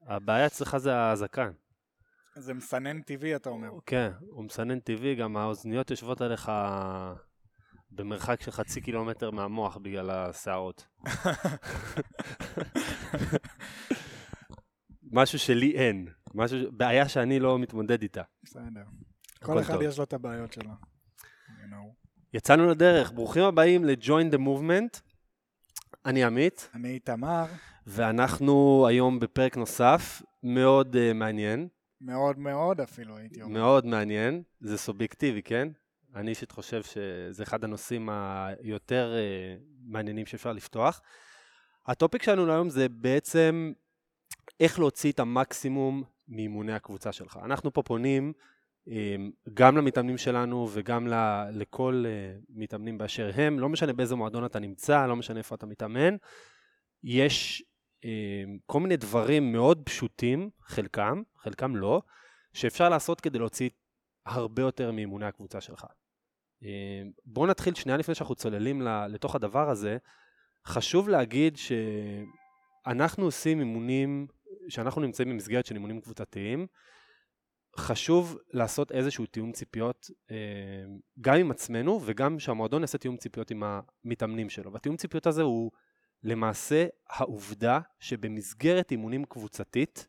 הבעיה אצלך זה הזקן. זה מסנן טבעי, אתה אומר. כן, הוא מסנן טבעי, גם האוזניות יושבות עליך במרחק של 0.5 קילומטר מהמוח בגלל השערות. משהו שלי אין, בעיה שאני לא מתמודד איתה. בסדר. כל אחד טוב. יש לו את הבעיות שלו. You know. יצאנו לדרך, ברוכים הבאים ל-Join the Movement. אני עמית. אני איתמר. ואנחנו היום בפרק נוסף, מאוד מעניין. מאוד מאוד אפילו, הייתי אומר. מאוד מעניין, זה סובייקטיבי, כן? אני אישית חושב שזה אחד הנושאים היותר מעניינים שאפשר לפתוח. הטופיק שלנו היום זה בעצם איך להוציא את המקסימום מאימוני הקבוצה שלך. אנחנו פה פונים גם למתאמנים שלנו וגם לכל מתאמנים באשר הם, לא משנה באיזה מועדון אתה נמצא, לא משנה איפה אתה מתאמן, יש כל מיני דברים מאוד פשוטים, חלקם לא, שאפשר לעשות כדי להוציא הרבה יותר מאימוני הקבוצה שלך. בואו נתחיל שנייה לפני שאנחנו צוללים לתוך הדבר הזה. חשוב להגיד שאנחנו עושים אימונים, שאנחנו נמצאים במסגרת של אימונים קבוצתיים, חשוב לעשות איזשהו תיאום ציפיות, גם עם עצמנו וגם שהמועדון יעשה תיאום ציפיות עם המתאמנים שלו. והתיאום ציפיות הזה הוא למעשה העובדה שבמסגרת אימונים קבוצתית,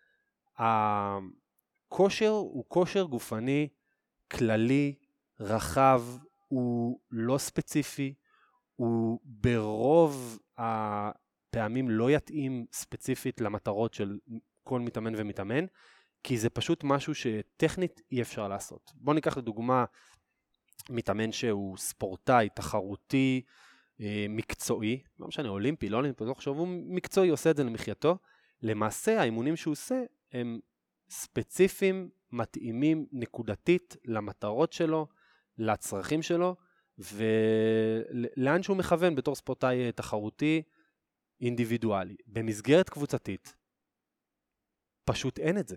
הכושר הוא כושר גופני כללי, רחב, הוא לא ספציפי, הוא ברוב הפעמים לא יתאים ספציפית למטרות של כל מתאמן ומתאמן, כי זה פשוט משהו שטכנית אי אפשר לעשות. בוא ניקח לדוגמה מתאמן שהוא ספורטאי, תחרותי, מקצועי, לא משנה, אולימפי, לא אולימפי, לא חשוב, הוא מקצועי, עושה את זה למחייתו. למעשה, האימונים שהוא עושה הם ספציפיים, מתאימים נקודתית למטרות שלו, לצרכים שלו, ולאן שהוא מכוון בתור ספורטאי תחרותי, אינדיבידואלי. במסגרת קבוצתית, פשוט אין את זה.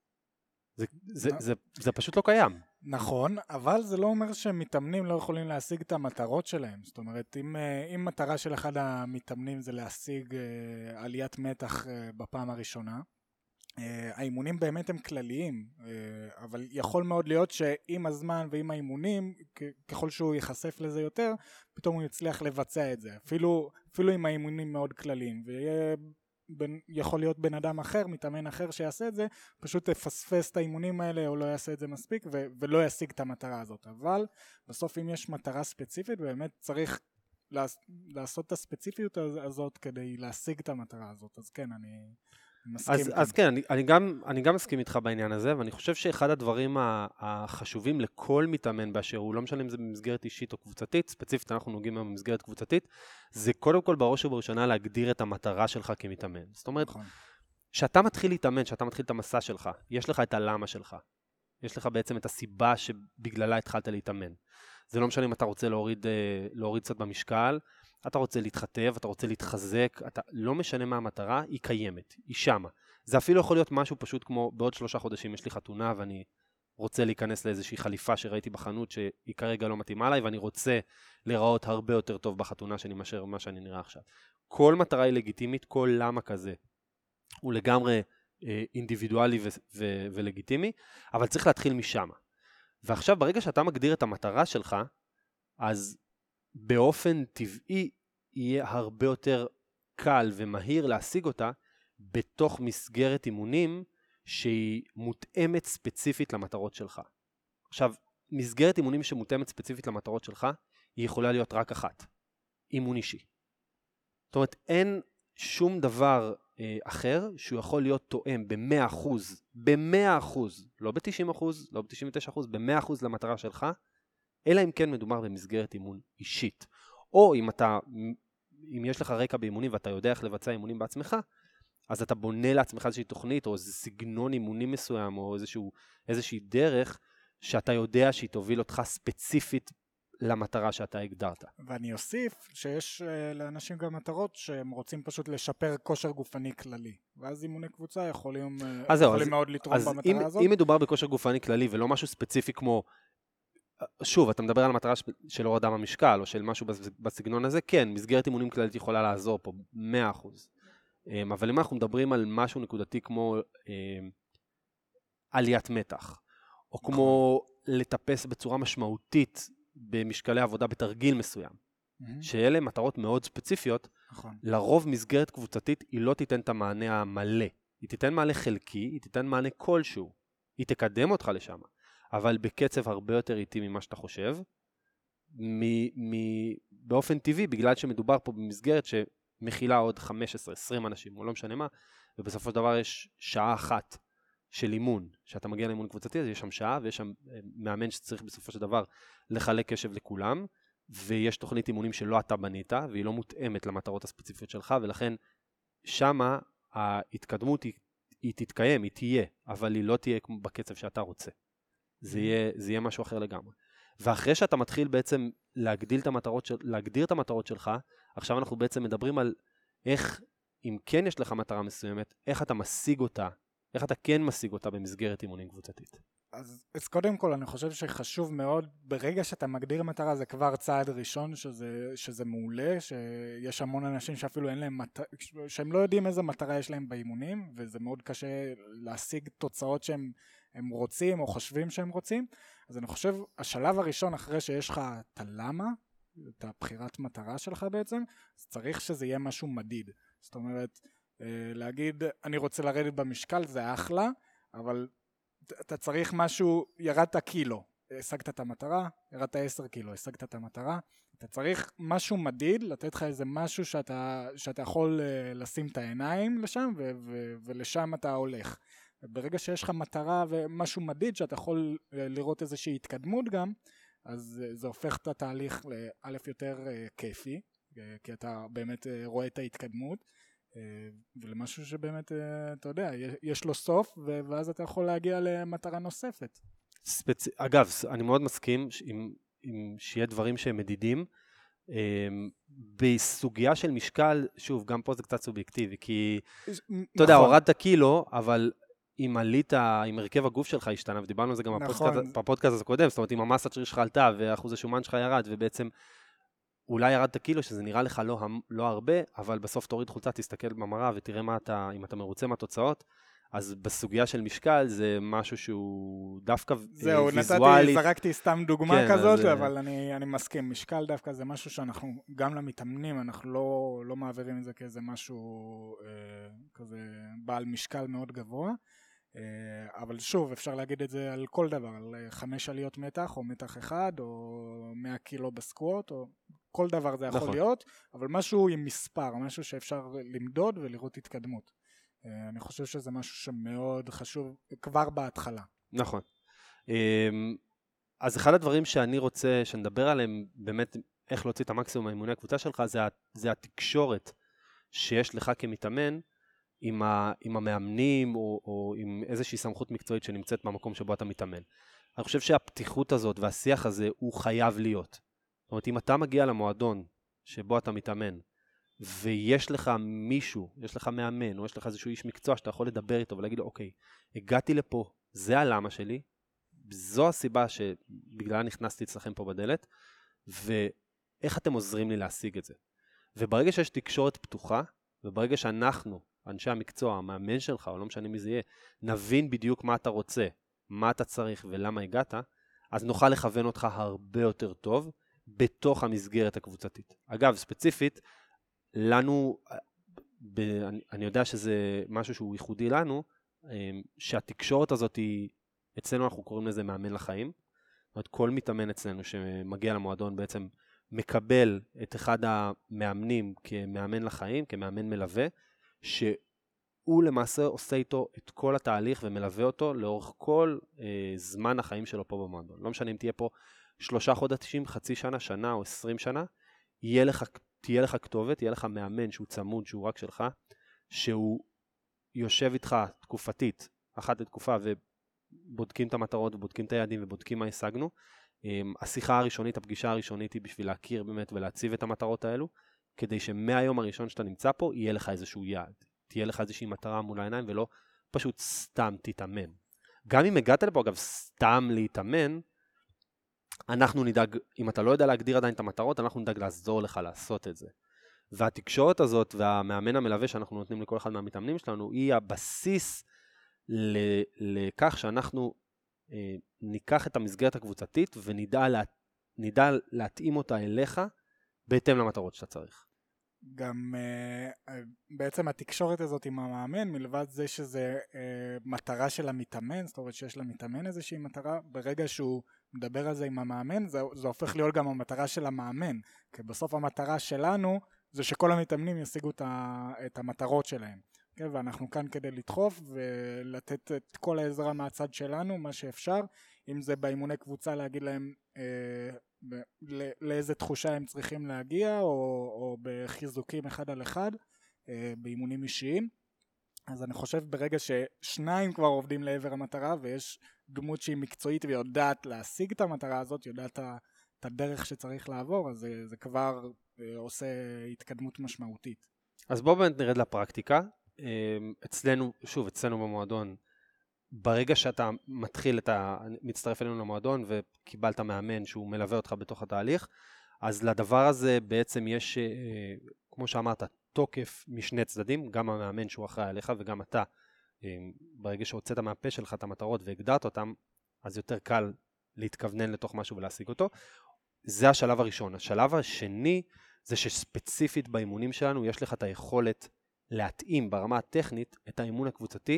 זה פשוט לא קיים. נכון, אבל זה לא אומר שמתאמנים לא יכולים להשיג את המטרות שלהם. זאת אומרת, אם מטרה של אחד המתאמנים זה להשיג עליית מתח בפעם הראשונה, האימונים באמת הם כלליים, אבל יכול מאוד להיות שעם הזמן ועם האימונים, ככל שהוא ייחשף לזה יותר, פתאום הוא יצליח לבצע את זה. אפילו עם האימונים מאוד כלליים, יכול להיות בן אדם אחר, מתאמן אחר שיעשה את זה, פשוט תפספס את האימונים האלה או לא יעשה את זה מספיק ולא ישיג את המטרה הזאת. אבל בסוף אם יש מטרה ספציפית, באמת צריך לעשות את הספציפיות הזאת כדי להשיג את המטרה הזאת. אז כן, אני מסכים. אז כן, אני גם מסכים איתך בעניין הזה, ואני חושב שאחד הדברים החשובים לכל מתאמן באשר הוא, לא משנה אם זה במסגרת אישית או קבוצתית, ספציפית אנחנו נוגעים במסגרת קבוצתית, זה קודם כל בראש ובראשונה להגדיר את המטרה שלך כמתאמן. זאת אומרת, שאתה מתחיל להתאמן, שאתה מתחיל את המסע שלך, יש לך את הלמה שלך, יש לך בעצם את הסיבה שבגללה התחלת להתאמן. זה לא משנה אם אתה רוצה להוריד קצת במשקל, אתה רוצה להתחתב, אתה רוצה להתחזק, לא משנה מה המטרה, היא קיימת, היא שמה. זה אפילו יכול להיות משהו פשוט כמו בעוד 3 חודשים יש לי חתונה ואני רוצה להיכנס לאיזושהי חליפה שראיתי בחנות שהיא כרגע לא מתאימה עליי, ואני רוצה להיראות הרבה יותר טוב בחתונה שלי מאשר מה שאני נראה עכשיו. כל מטרה היא לגיטימית, כל למה כזה הוא לגמרי אינדיבידואלי ולגיטימי, אבל צריך להתחיל משם. ועכשיו ברגע שאתה מגדיר את המטרה שלך, אז באופן טבעי יהיה הרבה יותר קל ומהיר להשיג אותה בתוך מסגרת אימונים שהיא מותאמת ספציפית למטרות שלך. עכשיו, מסגרת אימונים שמותאמת ספציפית למטרות שלך, היא יכולה להיות רק אחת, אימון אישי. זאת אומרת, אין שום דבר אחר שהוא יכול להיות תואם ב-100%, לא ב-90%, לא ב-99%, ב-100% למטרה שלך, אלא אם כן מדובר במסגרת אימון אישית. או אם יש לך רקע באימונים ואתה יודע איך לבצע אימונים בעצמך, אז אתה בונה לעצמך איזושהי תוכנית, או איזה סגנון אימונים מסוים, או איזושהי דרך, שאתה יודע שהיא תוביל אותך ספציפית למטרה שאתה הגדרת. ואני אוסיף שיש לאנשים גם מטרות שהם רוצים פשוט לשפר כושר גופני כללי. ואז אימוני קבוצה יכולים מאוד לתרום במטרה הזאת. אם מדובר בכושר גופני כללי ולא משהו ספציפי כמו, שוב, אתה מדבר על המטרה של הורדה במשקל, או של משהו בסגנון הזה, כן, מסגרת אימונים כללית יכולה לעזור פה, 100%. אבל אם אנחנו מדברים על משהו נקודתי כמו עליית מתח, או כמו לטפס בצורה משמעותית במשקלי עבודה בתרגיל מסוים, שאלה מטרות מאוד ספציפיות, לרוב מסגרת קבוצתית היא לא תיתן את המענה המלא, היא תיתן מענה חלקי, היא תיתן מענה כלשהו, היא תקדם אותך לשם, אבל בקצב הרבה יותר איטי ממה שאתה חושב, באופן טבעי, בגלל שמדובר פה במסגרת שמכילה עוד 15-20 אנשים, או לא משנה מה, ובסופו של דבר יש שעה אחת של אימון, שאתה מגיע לאימון קבוצתי, אז יש שם שעה, ויש שם מאמן שצריך בסופו של דבר לחלק קשב לכולם, ויש תוכנית אימונים שלא אתה בנית, והיא לא מותאמת למטרות הספציפיות שלך, ולכן שמה ההתקדמות היא תתקיים, היא תהיה, אבל היא לא תהיה בקצב שאתה רוצה. זה יהיה משהו אחר לגמרי. ואחרי שאתה מתחיל בעצם להגדיר את המטרות שלך, עכשיו אנחנו בעצם מדברים על איך, אם כן יש לך מטרה מסוימת, איך אתה משיג אותה, איך אתה כן משיג אותה במסגרת אימונים קבוצתית. אז קודם כל אני חושב שחשוב מאוד, ברגע שאתה מגדיר מטרה זה כבר צעד ראשון שזה מעולה, שיש המון אנשים שאפילו אין להם שהם לא יודעים איזה מטרה יש להם באימונים, וזה מאוד קשה להשיג תוצאות שהם רוצים או חושבים שהם רוצים. אז אני חושב השלב הראשון אחרי שיש לך את הלמה, את הבחירת מטרה שלך בעצם, אז צריך שזה יהיה משהו מדיד. זאת אומרת, להגיד אני רוצה לרדת במשקל זה אחלה, אבל אתה צריך משהו, ירדת קילו, השגת את המטרה, ירדת 10 קילו, השגת את המטרה, אתה צריך משהו מדיד, לתת לך איזה משהו שאתה יכול לשים את העיניים לשם, ולשם אתה הולך. ברגע שיש לך מטרה ומשהו מדיד, שאתה יכול לראות איזושהי התקדמות גם, אז זה הופך את התהליך לאלף יותר כיפי, כי אתה באמת רואה את ההתקדמות, ולמשהו שבאמת, אתה יודע, יש לו סוף, ואז אתה יכול להגיע למטרה נוספת. אגב, אני מאוד מסכים עם שיהיה דברים שהם מדידים, בסוגיה של משקל, שוב, גם פה זה קצת סובייקטיבי, כי, אתה יודע, הורדת קילו, אבל אם עלית, אם הרכב הגוף שלך השתנה, ודיברנו על זה גם בפודקאסט הקודם, זאת אומרת, אם המסת שריר שלך עלתה, ואחוז השומן שלך ירד, ובעצם אולי ירדת קילו, שזה נראה לך לא הרבה, אבל בסוף תוריד חולצה, תסתכל במראה ותראה אם אתה מרוצה מהתוצאות, אז בסוגיה של משקל זה משהו שהוא דווקא ויזואלית. זרקתי סתם דוגמה כזאת, אבל אני מסכים, משקל דווקא זה משהו שאנחנו, גם למתאמנים, אנחנו לא מעבירים את זה כאיזה משהו כזה בעל משקל מאוד גבוה, אבל שוב, אפשר להגיד את זה על כל דבר, על 5 עליות מתח, או מתח אחד, או 100 קילו בסקווט, או כל דבר זה יכול להיות, אבל משהו עם מספר, משהו שאפשר למדוד ולראות התקדמות. אני חושב שזה משהו שמאוד חשוב כבר בהתחלה. נכון. אז אחד הדברים שאני רוצה שנדבר עליהם, באמת איך להוציא את המקסימום מאימוני הקבוצה שלך, זה התקשורת שיש לך כמתאמן, עם המאמנים או עם איזושהי סמכות מקצועית שנמצאת במקום שבו אתה מתאמן. אני חושב שהפתיחות הזאת והשיח הזה הוא חייב להיות. זאת אומרת, אם אתה מגיע למועדון שבו אתה מתאמן, ויש לך מישהו, יש לך מאמן, או יש לך איזשהו איש מקצוע שאתה יכול לדבר איתו ולהגיד לו, אוקיי, הגעתי לפה, זה הלמה שלי, זו הסיבה שבגללה נכנסתי אצלכם פה בדלת, ואיך אתם עוזרים לי להשיג את זה. וברגע שיש תקשורת פתוחה, וברגע שאנחנו, אנשי המקצוע, המאמן שלך, או לא משנה מי זה יהיה, נבין בדיוק מה אתה רוצה, מה אתה צריך ולמה הגעת, אז נוכל לכוון אותך הרבה יותר טוב בתוך המסגרת הקבוצתית. אגב, ספציפית, לנו, אני יודע שזה משהו שהוא ייחודי לנו, שהתקשורת הזאת היא, אצלנו אנחנו קוראים לזה מאמן לחיים. זאת אומרת, כל מתאמן אצלנו שמגיע למועדון בעצם מקבל את אחד המאמנים כמאמן לחיים, כמאמן מלווה, שהוא למעשה עושה איתו את כל התהליך ומלווה אותו לאורך כל זמן החיים שלו פה במועדון. לא משנה אם תהיה פה 3 חודשים, חצי שנה, שנה או 20 שנה, תהיה לך כתובת, תהיה לך מאמן שהוא צמוד, שהוא רק שלך, שהוא יושב איתך תקופתית, אחת לתקופה, ובודקים את המטרות, ובודקים את היעדים, ובודקים מה השגנו. השיחה הראשונית, הפגישה הראשונית היא בשביל להכיר באמת ולהציב את המטרות האלו, כדי שמהיום הראשון שאתה נמצא פה, יהיה לך איזשהו יעד. תהיה לך איזושהי מטרה מול העיניים, ולא פשוט סתם תתאמן. גם אם הגעת לפה, אגב, סתם להתאמן, אנחנו נדאג, אם אתה לא יודע להגדיר עדיין את המטרות, אנחנו נדאג לעזור לך לעשות את זה. והתקשורת הזאת והמאמן המלווה שאנחנו נותנים לכל אחד מהמתאמנים שלנו, היא הבסיס לכך שאנחנו ניקח את המסגרת הקבוצתית ונדע להתאים אותה אליך בהתאם למטרות שאתה צריך. גם בעצם התקשורת הזאת עם המאמן, מלבד זה שזה מטרה של המתאמן, זאת אומרת שיש למתאמן איזושהי מטרה, ברגע שהוא מדבר על זה עם המאמן, זה הופך להיות גם המטרה של המאמן, כי בסוף המטרה שלנו זה שכל המתאמנים ישיגו את המטרות שלהם. כן, ואנחנו כאן כדי לדחוף ולתת את כל העזרה מהצד שלנו, מה שאפשר, אם זה באימוני קבוצה להגיד להם לאיזה תחושה הם צריכים להגיע, או בחיזוקים אחד על אחד, באימונים אישיים. אז אני חושב ברגע ששניים כבר עובדים לעבר המטרה, ויש דמות שהיא מקצועית ויודעת להשיג את המטרה הזאת, יודעת את הדרך שצריך לעבור, אז זה כבר עושה התקדמות משמעותית. אז בואו באמת נרד לפרקטיקה. אצלנו במועדון, ברגע שאתה מצטרף אלינו למועדון וקיבלת מאמן שהוא מלווה אותך בתוך התהליך, אז לדבר הזה בעצם יש, כמו שאמרת, תוקף משני צדדים, גם המאמן שהוא אחראי עליך וגם אתה, ברגע שהוצאת מהפה שלך את המטרות והגדרת אותם, אז יותר קל להתכוונן לתוך משהו ולהשיג אותו. זה השלב הראשון. השלב השני זה שספציפית באימונים שלנו יש לך את היכולת להתאים ברמה הטכנית את האימון הקבוצתי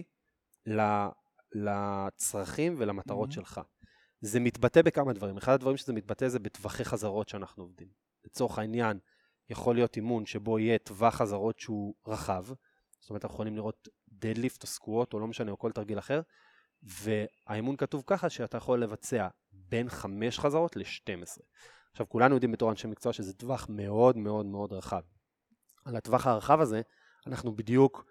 לצרכים ולמטרות שלך. זה מתבטא בכמה דברים. אחד הדברים שזה מתבטא זה בטווחי חזרות שאנחנו עובדים. לצורך העניין, יכול להיות אימון שבו יהיה טווח חזרות שהוא רחב, זאת אומרת, אנחנו יכולים לראות דדליפט או סקווט או לא משנה, או כל תרגיל אחר, והאימון כתוב ככה שאתה יכול לבצע בין 5 חזרות ל-12. עכשיו, כולנו יודעים בתור אנשי מקצוע שזה טווח מאוד מאוד מאוד רחב. על הטווח הרחב הזה, אנחנו בדיוק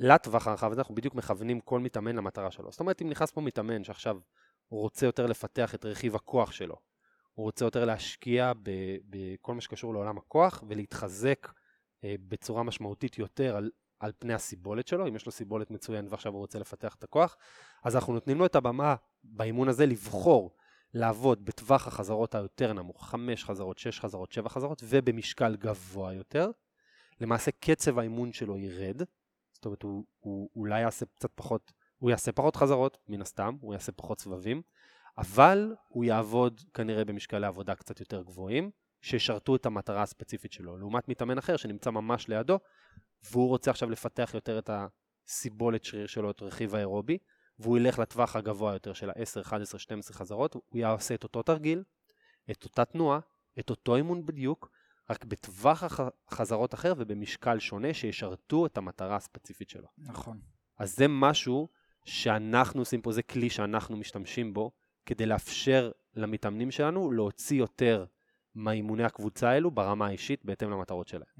מכוונים כל מתאמן למטרה שלו. זאת אומרת, אם נכנס פה מתאמן שעכשיו הוא רוצה יותר לפתח את רכיב הכוח שלו, הוא רוצה יותר להשקיע בכל מה שקשור לעולם הכוח, ולהתחזק בצורה משמעותית יותר על פני הסיבולת שלו, אם יש לו סיבולת מצוין ועכשיו הוא רוצה לפתח את הכוח, אז אנחנו נותנים לו את הבמה באימון הזה לבחור, לעבוד בטווח החזרות היותר נמוך, 5 חזרות, 6 חזרות, 7 חזרות, ובמשקל גבוה יותר. למעשה קצב האימון שלו ירד, זאת אומרת הוא אולי יעשה קצת פחות, הוא יעשה פחות חזרות, מן הסתם, הוא יעשה פחות סבבים, אבל הוא יעבוד כנראה במשקלי עבודה קצת יותר גבוהים, שישרתו את המטרה הספציפית שלו, לעומת מתאמן אחר שנמצא ממש לידו, והוא רוצה עכשיו לפתח יותר את הסיבולת שריר שלו, את רכיב האירובי, והוא ילך לטווח הגבוה יותר של 10, 11, 12 חזרות, הוא יעשה את אותו תרגיל, את אותה תנועה, את אותו אימון בדיוק, רק בטווח החזרות אחר ובמשקל שונה שישרתו את המטרה הספציפית שלו. נכון. אז זה משהו שאנחנו עושים פה, זה כלי שאנחנו משתמשים בו, כדי לאפשר למתאמנים שלנו להוציא יותר מאימוני הקבוצה האלו ברמה האישית בהתאם למטרות שלהם.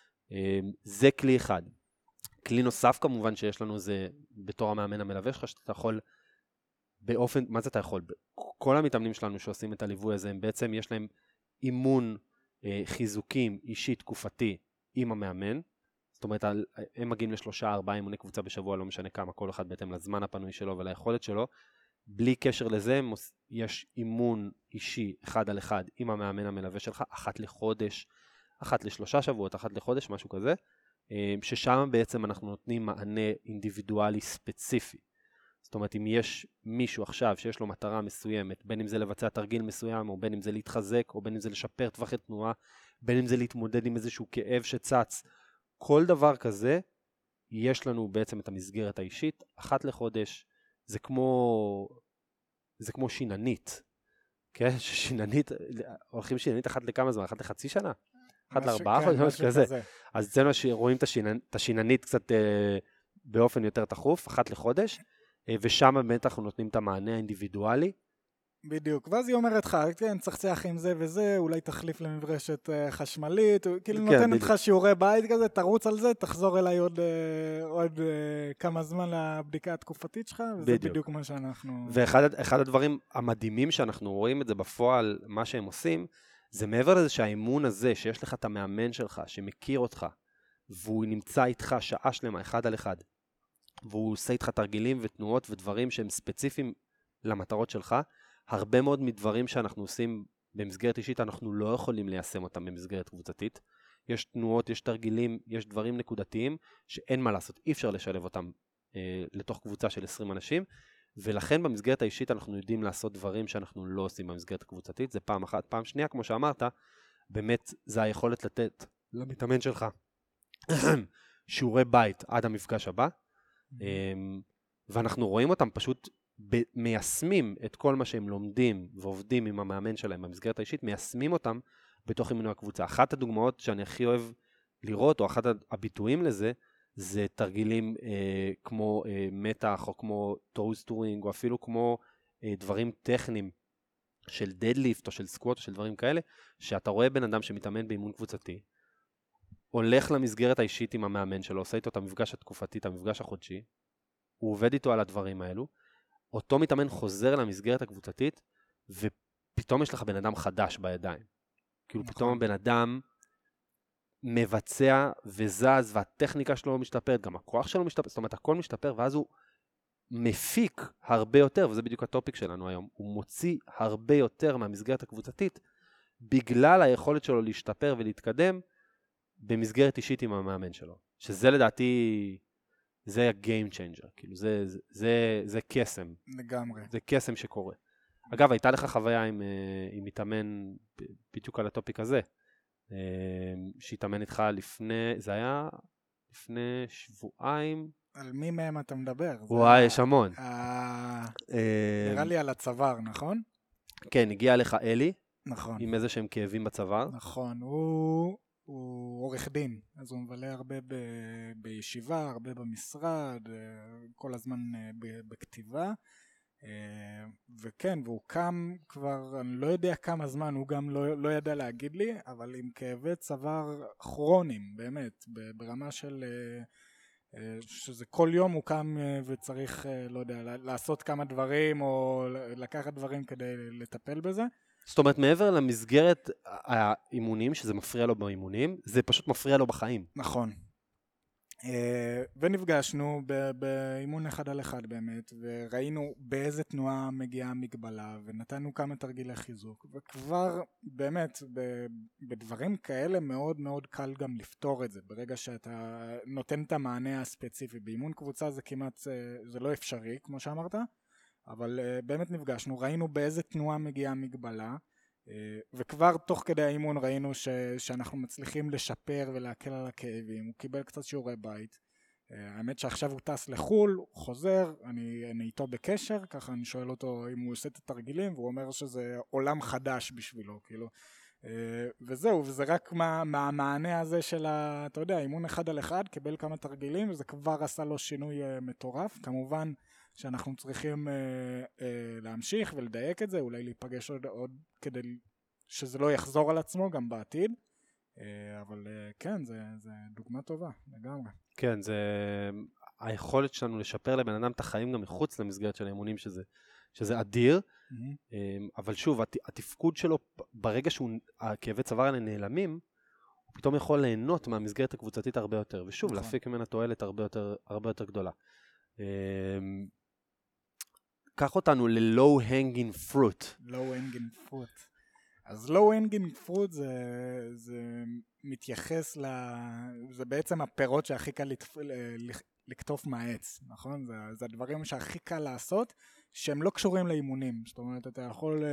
זה כלי אחד. כלי נוסף כמובן שיש לנו זה בתור המאמן המלווה שלך, שאתה יכול באופן, מה זה אתה יכול? כל המתאמנים שלנו שעושים את הליווי הזה, הם בעצם יש להם אימון חיזוקים אישי תקופתי עם המאמן, זאת אומרת הם מגיעים ל3-4 אימוני קבוצה בשבוע, לא משנה כמה, כל אחד בהתאם לזמן הפנוי שלו וליכולת שלו, בלי קשר לזה יש אימון אישי 1 על 1 עם המאמן המלווה שלך, 1 לחודש, 1 ל3 שבועות, 1 לחודש, משהו כזה, ששם בעצם אנחנו נותנים מענה אינדיבידואלי ספציפי. זאת אומרת, אם יש מישהו עכשיו שיש לו מטרה מסוימת, בין אם זה לבצע תרגיל מסוים, או בין אם זה להתחזק, או בין אם זה לשפר טווחי תנועה, בין אם זה להתמודד עם איזשהו כאב שצץ, כל דבר כזה, יש לנו בעצם את המסגרת האישית, 1 לחודש, זה כמו שיננית, כן? שיננית, הולכים שיננית 1 לכמה זמן, 1 לחצי שנה? 1 ל4 חודשים, משהו כזה. אז אצלנו רואים את השיננית קצת באופן יותר תחוף, 1 לחודש, ושם באמת אנחנו נותנים את המענה האינדיבידואלי. בדיוק, ואז היא אומרת לך, כן, צחצח עם זה וזה, אולי תחליף למברשת חשמלית, כאילו נותנת לך שיעורי בית כזה, תרוץ על זה, תחזור אליי עוד כמה זמן לבדיקה התקופתית שלך, וזה בדיוק מה שאנחנו... ואחד הדברים המדהימים שאנחנו רואים את זה בפועל, מה שהם עושים, זה מעבר לזה שהאימון הזה, שיש לך את המאמן שלך, שמכיר אותך, והוא נמצא איתך שעה שלמה, 1 על 1, והוא עושה איתך תרגילים ותנועות ודברים שהם ספציפיים למטרות שלך, הרבה מאוד מדברים שאנחנו עושים במסגרת אישית, אנחנו לא יכולים ליישם אותם במסגרת קבוצתית, יש תנועות, יש תרגילים, יש דברים נקודתיים שאין מה לעשות, אי אפשר לשלב אותם לתוך קבוצה של 20 אנשים, ולכן במסגרת האישית אנחנו יודעים לעשות דברים שאנחנו לא עושים במסגרת הקבוצתית, זה פעם אחת. פעם שנייה, כמו שאמרת, באמת זה היכולת לתת למתאמן שלך שיעורי בית עד המפגש הבא, ואנחנו רואים אותם פשוט מיישמים את כל מה שהם לומדים ועובדים עם המאמן שלהם במסגרת האישית, מיישמים אותם בתוך אימוני הקבוצה. אחת הדוגמאות שאני הכי אוהב לראות, או אחת הביטויים לזה, זה תרגילים כמו מתח, או כמו טוסטורינג, או אפילו כמו דברים טכניים של דדליפט, או של סקווט, או של דברים כאלה, שאתה רואה בן אדם שמתאמן באימון קבוצתי, הולך למסגרת האישית עם המאמן שלו, עושה איתו את המפגש התקופתי, את המפגש החודשי, הוא עובד איתו על הדברים האלו, אותו מתאמן חוזר למסגרת הקבוצתית, ופתאום יש לך בן אדם חדש בידיים. כאילו פתאום הבן אדם מבצע וזז, והטכניקה שלו משתפרת, גם הכוח שלו משתפר, זאת אומרת, הכל משתפר, ואז הוא מפיק הרבה יותר, וזה בדיוק הטופיק שלנו היום, הוא מוציא הרבה יותר מהמסגרת הקבוצתית, בגלל היכולת שלו להשתפר ולהתקדם, במסגרת אישית עם המאמן שלו. שזה לדעתי, זה ה-game changer, כאילו זה קסם. לגמרי. זה קסם שקורה. אגב, הייתה לך חוויה עם מתאמן בדיוק על הטופיק הזה, שהתאמן איתך לפני, זה היה לפני שבועיים. על מי מהם אתה מדבר? וואי, יש המון. נראה לי על הצוואר, נכון? כן, הגיע לך אלי. נכון. עם איזה שהם כאבים בצוואר. נכון, הוא עורך דין, אז הוא מבלה הרבה בישיבה, הרבה במשרד, כל הזמן בכתיבה, וכן, והוא קם כבר, אני לא יודע כמה זמן, הוא גם לא ידע להגיד לי, אבל עם כאבי צוואר כרוניים, באמת, ברמה של שזה כל יום הוא קם וצריך, לא יודע, לעשות כמה דברים או לקחת דברים כדי לטפל בזה. זאת אומרת, מעבר למסגרת האימונים, שזה מפריע לו באימונים, זה פשוט מפריע לו בחיים. נכון. ונפגשנו באימון אחד על אחד באמת, וראינו באיזה תנועה מגיעה המגבלה, ונתנו כמה תרגילי חיזוק, וכבר באמת בדברים כאלה מאוד מאוד קל גם לפתור את זה, ברגע שאתה נותן את המענה הספציפי. באימון קבוצה זה כמעט, זה לא אפשרי, כמו שאמרת, אבל באמת נפגשנו, ראינו באיזה תנועה מגיעה המגבלה, וכבר תוך כדי האימון ראינו שאנחנו מצליחים לשפר ולהקל על הכאבים. הוא קיבל קצת שיעורי בית. האמת שעכשיו הוא טס לחול, הוא חוזר, אני איתו בקשר, ככה אני שואל אותו אם הוא עושה את התרגילים, והוא אומר שזה עולם חדש בשבילו, כאילו. וזהו, וזה רק מהמענה הזה של, אתה יודע, אימון אחד על אחד, קיבל כמה תרגילים, וזה כבר עשה לו שינוי מטורף. כמובן שאנחנו צריכים להמשיך ולדייק את זה, אולי להיפגש עוד כדי שזה לא יחזור על עצמו גם בעתיד, אבל כן, זה דוגמה טובה, לגמרי. כן, זה היכולת שלנו לשפר לבן אדם את החיים גם מחוץ למסגרת של האימונים, שזה אדיר, אבל שוב, התפקוד שלו, ברגע שהכאבי צוואר האלה נעלמים, הוא פתאום יכול ליהנות מהמסגרת הקבוצתית הרבה יותר, ושוב, להפיק ממנה תועלת הרבה יותר גדולה. קח אותנו ל-low hanging fruit. low hanging fruit. אז low hanging fruit זה מתייחס זה בעצם הפירות שהכי קל לקטוף מהעץ, נכון? זה הדברים שהכי קל לעשות, שהם לא קשורים לאימונים. זאת אומרת, אתה יכול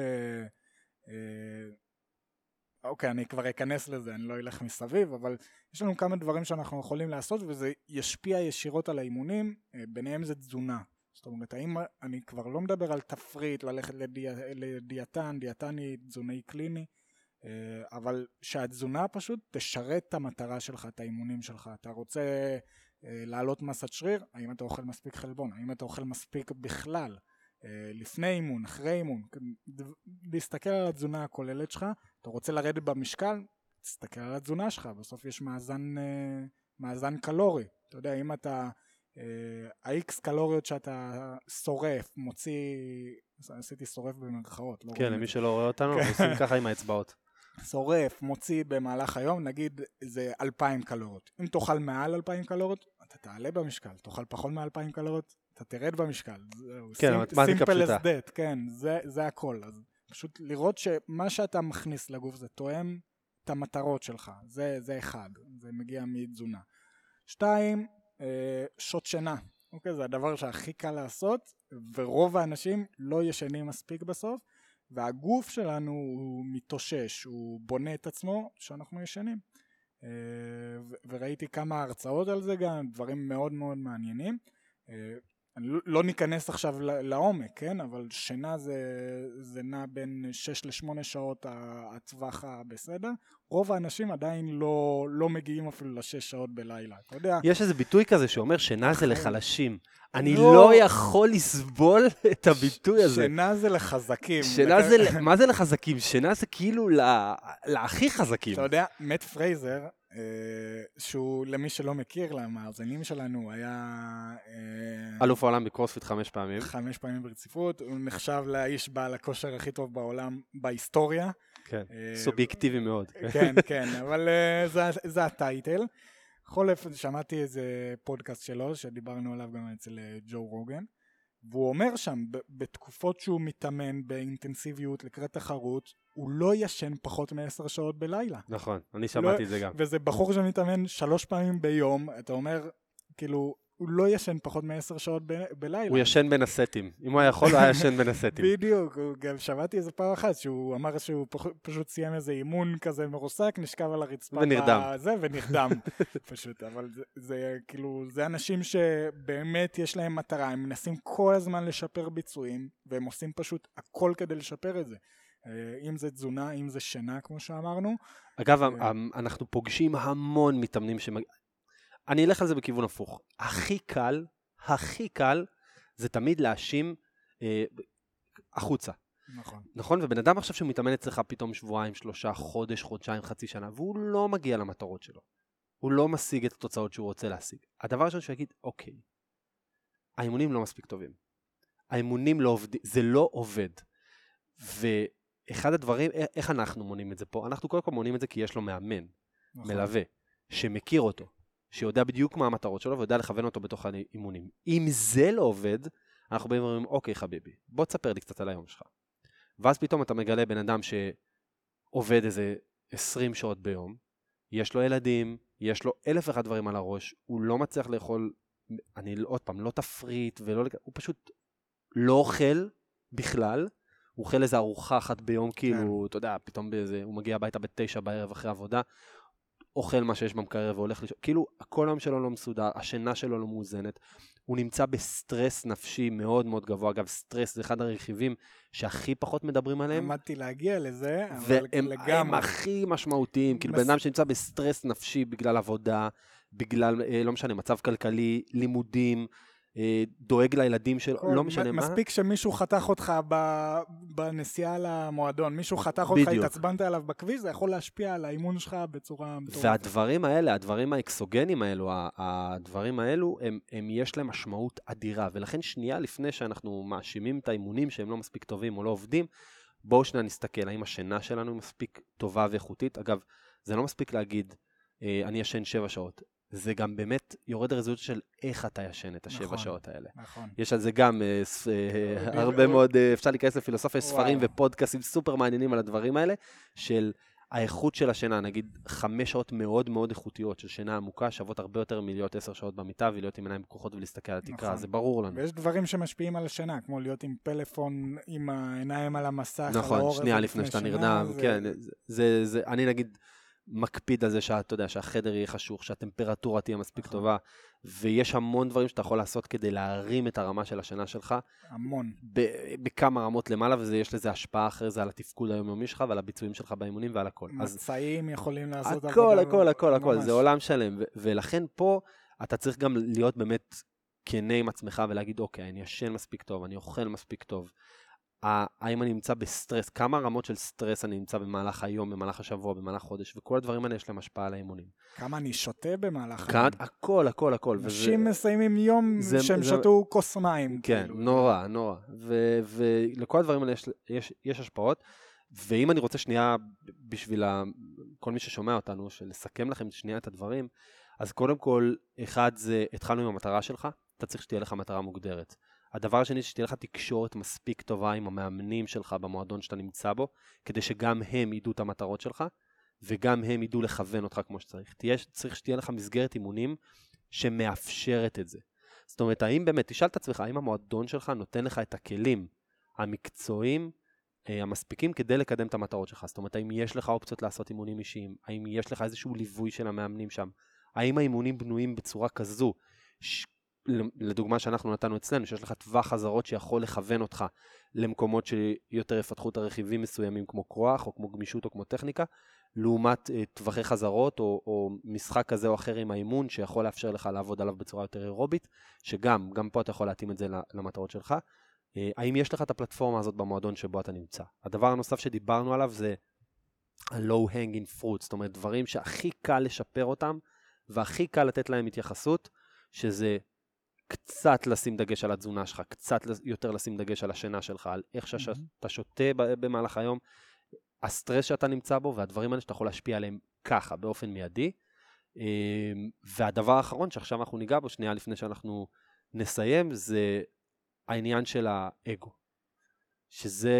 אוקיי, אני כבר אכנס לזה, אני לא אלך מסביב, אבל יש לנו כמה דברים שאנחנו יכולים לעשות, וזה ישפיע ישירות על האימונים, ביניהם זה תזונה. זאת אומרת, אני כבר לא מדבר על תפריט, ללכת לדיאטן, דיאטני, תזונאי קליני, אבל שהתזונה פשוט תשרת את המטרה שלך, את האימונים שלך. אתה רוצה לעלות מסת שריר, האם אתה אוכל מספיק חלבון, האם אתה אוכל מספיק בכלל, לפני אימון, אחרי אימון, להסתכל על התזונה הכוללת שלך. אתה רוצה לרדת במשקל, תסתכל על התזונה שלך, בסוף יש מאזן קלורי. אתה יודע, אם אתה ה-X קלוריות שאתה שורף, מוציא, עשיתי שורף במרכאות. כן, למי שלא רואה אותנו, עושים ככה עם האצבעות. שורף, מוציא במהלך היום, נגיד זה 2,000 קלוריות. אם תאכל מעל 2,000 קלוריות, אתה תעלה במשקל. תאכל פחות מ-2,000 קלוריות, אתה תרד במשקל. כן, מתמטיקה פשוטה. simple as that, כן, זה הכל. אז פשוט לראות שמה שאתה מכניס לגוף זה תואם את את המטרות שלך. זה אחד, זה מגיע מתזונה. 2, שעות שינה. אוקיי, זה הדבר שהכי קל לעשות, ורוב האנשים לא ישנים מספיק בסוף, והגוף שלנו הוא מתאושש, הוא בונה את עצמו שאנחנו ישנים. וראיתי כמה הרצאות על זה גם, דברים מאוד מאוד מעניינים. אני לא ניכנס עכשיו לעומק, כן? אבל שינה זה נע בין 6 ל-8 שעות הטווח הבסדר. רוב האנשים עדיין לא מגיעים אפילו ל-6 שעות בלילה, אתה יודע. יש איזה ביטוי כזה שאומר שינה זה לחלשים. אני לא יכול לסבול את הביטוי הזה. שינה זה לחזקים. מה זה לחזקים? שינה זה כאילו להכי חזקים. אתה יודע, מאט פרייזר, שהוא למי שלא מכיר, למאזינים שלנו, היה אלוף העולם בקרוספיט 5 פעמים. 5 פעמים ברציפות, הוא נחשב לאיש בעל הכושר הכי טוב בעולם בהיסטוריה. כן, סובייקטיבי מאוד. כן, כן, אבל זה הטייטל. בכל אופן, שמעתי איזה פודקאסט שלו, שדיברנו עליו גם אצל ג'ו רוגן, והוא אומר שם, בתקופות שהוא מתאמן באינטנסיביות לקראת תחרות, הוא לא ישן פחות מ10 שעות בלילה. נכון, אני שמעתי את זה גם. וזה בחור שמתאמן 3 פעמים ביום, אתה אומר, כאילו, הוא לא ישן פחות מ10 שעות בלילה. הוא ישן בין הסטים. אם הוא יכול, הוא היה ישן בין הסטים. בדיוק, גם שמעתי איזה פעם אחת, שהוא אמר שהוא פשוט סיים איזה אימון כזה מרוסק, נשכב על הרצפה. ונרדם. ונרדם, פשוט. אבל זה כאילו, זה אנשים שבאמת יש להם מטרה, הם מנסים כל הזמן לשפר ביצועים, והם עושים פשוט הכל כדי לשפר את זה. אם זה תזונה, אם זה שינה, כמו שאמרנו. אגב, אנחנו פוגשים המון מתאמנים אני אלך על זה בכיוון הפוך. הכי קל, זה תמיד להאשים החוצה. נכון. נכון? ובן אדם עכשיו שמתאמן אצלך פתאום 2, 3, חודש, חודשיים, חצי שנה, והוא לא מגיע למטרות שלו. הוא לא משיג את התוצאות שהוא רוצה להשיג. הדבר הראשון שהוא יגיד, אוקיי, האימונים לא מספיק טובים. האימונים לא עובדים, זה לא עובד. ואחד הדברים, איך אנחנו מונים את זה פה? אנחנו קודם כל מונים את זה כי יש לו מאמן, נכון. מלווה, שמכיר אותו. שיודע בדיוק מה המטרות שלו, ויודע לכוון אותו בתוך האימונים. אם זה לא עובד, אנחנו באים ואומרים, אוקיי חביבי, בוא תספר לי קצת על היום שלך. ואז פתאום אתה מגלה בן אדם שעובד איזה 20 שעות ביום, יש לו ילדים, יש לו 1,001 דברים על הראש, הוא לא מצליח לאכול, עוד פעם, לא תפריט, הוא פשוט לא אוכל בכלל, הוא אוכל איזה ארוחה אחת ביום, כאילו, אתה יודע, פתאום הוא מגיע הביתה ב9 בערב אחרי עבודה, אוכל מה שיש במקרר והולך לשם, כאילו הכל היום שלו לא מסודר, השינה שלו לא מאוזנת, הוא נמצא בסטרס נפשי מאוד מאוד גבוה, אגב סטרס זה אחד הרכיבים שהכי פחות מדברים עליהם. עמדתי להגיע לזה, אבל והם הכי משמעותיים, כאילו בן אדם שנמצא בסטרס נפשי בגלל עבודה, בגלל, לא משנה, מצב כלכלי, לימודים, דואג לילדים שלו, לא משנה מה. מספיק שמישהו חתך אותך בנסיעה למועדון, מישהו חתך אותך, התעצבנת עליו בכביש, זה יכול להשפיע על האימון שלך בצורה מטורפת. והדברים האלה, הדברים האקסוגנים האלו, הדברים האלו, הם יש להם משמעות אדירה, ולכן שנייה לפני שאנחנו מאשימים את האימונים שהם לא מספיק טובים או לא עובדים, בואו שנייה נסתכל, האם השינה שלנו מספיק טובה ואיכותית. אגב, זה לא מספיק להגיד, אני ישן 7 שעות. זה גם באמת יורד הרזולוציה של איך אתה ישן את 7 שעות האלה. נכון. יש על זה גם הרבה מאוד, אפשר להיכנס לפילוסופיה, ספרים ופודקאסים סופר מעניינים על הדברים האלה, של האיכות של השינה, נגיד 5 שעות מאוד מאוד איכותיות של שינה עמוקה, שוות הרבה יותר מלהיות 10 שעות במיטה, ולהיות עם עיניים פקוחות ולהסתכל על התקרה, זה ברור לנו. ויש דברים שמשפיעים על השינה, כמו להיות עם פלאפון, עם העיניים על המסך, נכון, שנייה לפני שאתה נרדם, כן, אני נגיד, מקפיד על זה שאתה יודע, שהחדר יהיה חשוך, שהטמפרטורה תהיה מספיק טובה, ויש המון דברים שאתה יכול לעשות כדי להרים את הרמה של השינה שלך. המון. בכמה רמות למעלה, ויש לזה השפעה אחרי זה על התפקוד היומיומי שלך, ועל הביצועים שלך באימונים ועל הכל. מצעים יכולים לעשות הכל, זה עולם שלם, ולכן פה אתה צריך גם להיות באמת כנה עם עצמך, ולהגיד, אוקיי, אני ישן מספיק טוב, אני אוכל מספיק טוב, האם אני נמצא בסטרס, כמה רמות של סטרס אני נמצא במהלך היום, במהלך השבוע, במהלך חודש, וכל הדברים האלה יש להם השפעה על האימונים. כמה אני שותה במהלך היום. הכל. אנשים מסיימים יום שהם שתו כוס מים. כן, נורא. ולכל הדברים האלה יש השפעות, ואם אני רוצה שנייה, בשביל כל מי ששומע אותנו, שלסכם לכם שנייה את הדברים, אז קודם כל, אחד זה, התחלנו עם המטרה שלך, אתה צריך שתהיה לך מטרה מוגדרת. הדבר השני, שתהיה לך תקשורת מספיק טובה עם המאמנים שלך במועדון שאתה נמצא בו, כדי שגם הם ידעו את המטרות שלך. וגם הם ידעו לכוון אותך כמו שצריך. צריך שתהיה לך מסגרת אימונים שמאפשרת את זה. זאת אומרת, האם באמת, תשאל את עצמך, האם המועדון שלך נותן לך את הכלים המקצועיים, המספיקים כדי לקדם את המטרות שלך? זאת אומרת, האם יש לך אופציות לעשות אימונים אישיים? האם יש לך איזשהו ליווי של המאמנים שם? האם האימונים בנויים בצורה כזו, לדוגמה שאנחנו נתנו אצלנו, שיש לך טווח חזרות שיכול לכוון אותך למקומות שיותר יפתחו את הרכיבים מסוימים כמו כוח או כמו גמישות או כמו טכניקה, לעומת טווחי חזרות או משחק כזה או אחר עם האימון שיכול לאפשר לך לעבוד עליו בצורה יותר אירובית, שגם פה אתה יכול להתאים את זה למטרות שלך. האם יש לך את הפלטפורמה הזאת במועדון שבו אתה נמצא? הדבר הנוסף שדיברנו עליו זה ה-low hanging fruit, זאת אומרת דברים שהכי קל לשפר אותם והכי קל לתת להם התייחסות, שזה קצת לשים דגש על התזונה שלך, קצת יותר לשים דגש על השינה שלך, על איך שאתה שותה במהלך היום, הסטרס שאתה נמצא בו, והדברים האלה שאתה יכול להשפיע עליהם ככה, באופן מיידי. והדבר האחרון שעכשיו אנחנו ניגע בו, שנייה לפני שאנחנו נסיים, זה העניין של האגו. שזה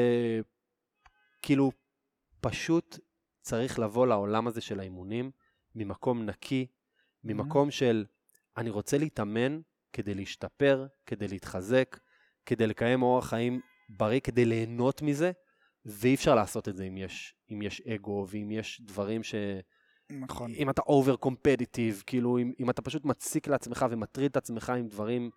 כאילו פשוט צריך לבוא לעולם הזה של האימונים, ממקום נקי, ממקום של אני רוצה להתאמן כדי להשתפר, כדי להתחזק, כדי לקיים אורח חיים בריא, כדי ליהנות מזה, ואי אפשר לעשות את זה אם יש אגו, ואם יש דברים ש... נכון. אם אתה over competitive, כאילו אם אתה פשוט מציק לעצמך ומטריד את עצמך עם דברים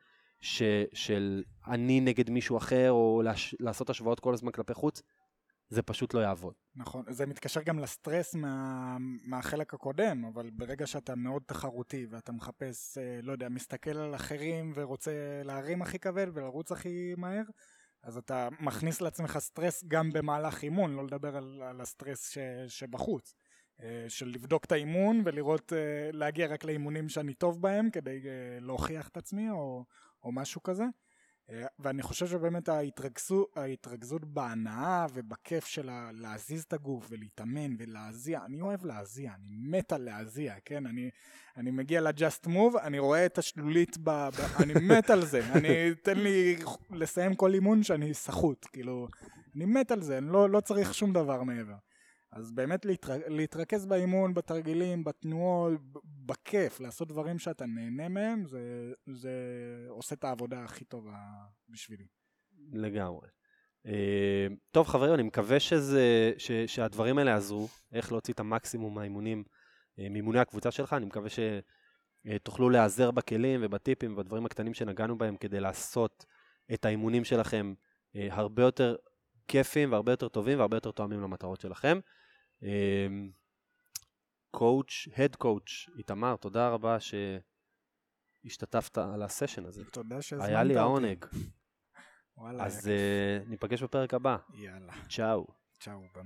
של אני נגד מישהו אחר, או לעשות השוואות כל הזמן כלפי חוץ, זה פשוט לא יעבוד. נכון, זה מתקשר גם לסטרס מהחלק הקודם, אבל ברגע שאתה מאוד תחרותי ואתה מחפש, לא יודע, מסתכל על אחרים ורוצה להרים הכי כבד ולרוץ הכי מהר, אז אתה מכניס לעצמך סטרס גם במהלך אימון, לא לדבר על הסטרס שבחוץ, של לבדוק את האימון ולראות, להגיע רק לאימונים שאני טוב בהם כדי להוכיח את עצמי או משהו כזה. ואני חושב שבאמת ההתרכזות בהנאה ובכיף של להזיז את הגוף ולהתאמן ולהזיע, אני אוהב להזיע, אני מת על להזיע, כן? אני מגיע ל-Just Move, אני רואה את השלולית, אני מת על זה, תן לי לסיים כל אימון שאני שחות, כאילו, אני מת על זה, אני לא צריך שום דבר מעבר. אז באמת להתרכז באימון, בתרגילים, בתנועות, בכיף, לעשות דברים שאתה נהנה מהם, זה עושה את העבודה הכי טובה בשבילי. לגמרי. טוב חברים, אני מקווה שהדברים האלה עזרו, איך להוציא את המקסימום מהאימונים, מאימוני הקבוצה שלך. אני מקווה שתוכלו להיעזר בכלים ובטיפים ובדברים הקטנים שנגענו בהם, כדי לעשות את האימונים שלכם הרבה יותר כיפים והרבה יותר טובים והרבה יותר תואמים למטרות שלכם. הד קואוץ' איתמר, תודה רבה שהשתתפת על הסשן הזה. תודה שהזמנת אותי. היה לי העונג. וואלה, אז ניפגש בפרק הבא. יאללה. צ'או. צ'או.